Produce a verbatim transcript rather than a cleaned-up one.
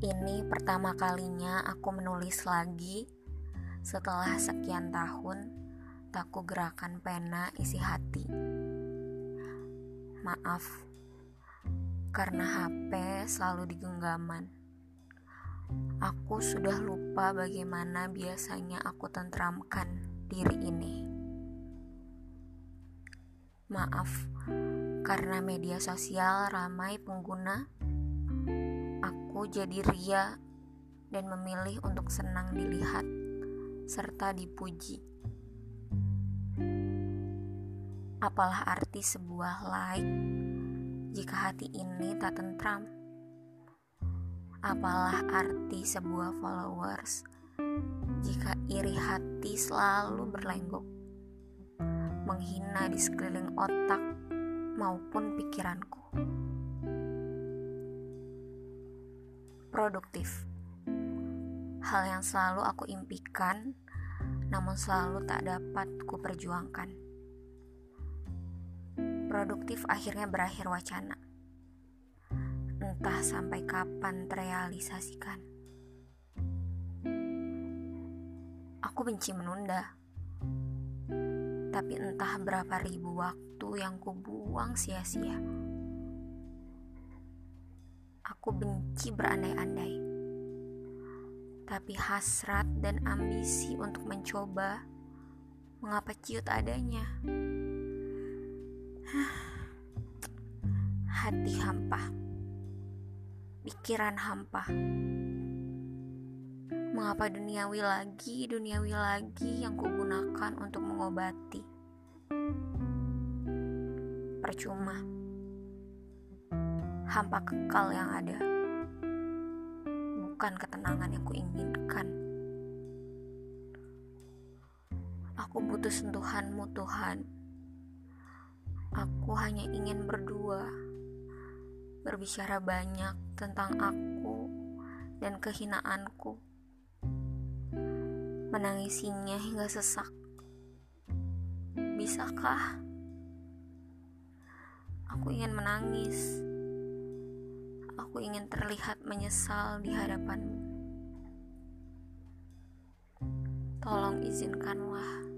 Ini pertama kalinya aku menulis lagi setelah sekian tahun tak ku gerakan pena isi hati. Maaf, karena H P selalu di genggaman. Aku sudah lupa bagaimana biasanya aku tentramkan diri ini. Maaf, karena media sosial ramai pengguna, aku jadi ria dan memilih untuk senang dilihat serta dipuji. Apalah arti sebuah like jika hati ini tak tentram? Apalah arti sebuah followers jika iri hati selalu berlenggok, menghina di sekeliling otak maupun pikiranku? Produktif, hal yang selalu aku impikan namun selalu tak dapat ku perjuangkan. Produktif akhirnya berakhir wacana, entah sampai kapan terrealisasikan. Aku benci menunda, tapi entah berapa ribu waktu yang ku buang sia-sia. Aku benci berandai-andai, tapi hasrat dan ambisi untuk mencoba mengapa ciut adanya. Hati hampa, pikiran hampa. Mengapa duniawi lagi, duniawi lagi yang kugunakan untuk mengobati? Percuma, hampa kekal yang ada, bukan ketenangan yang kuinginkan. Aku butuh sentuhanmu, Tuhan. Aku hanya ingin berdua, berbicara banyak tentang aku dan kehinaanku, menangisinya hingga sesak. Bisakah? Aku ingin menangis. Aku ingin terlihat menyesal di hadapanmu. Tolong izinkanlah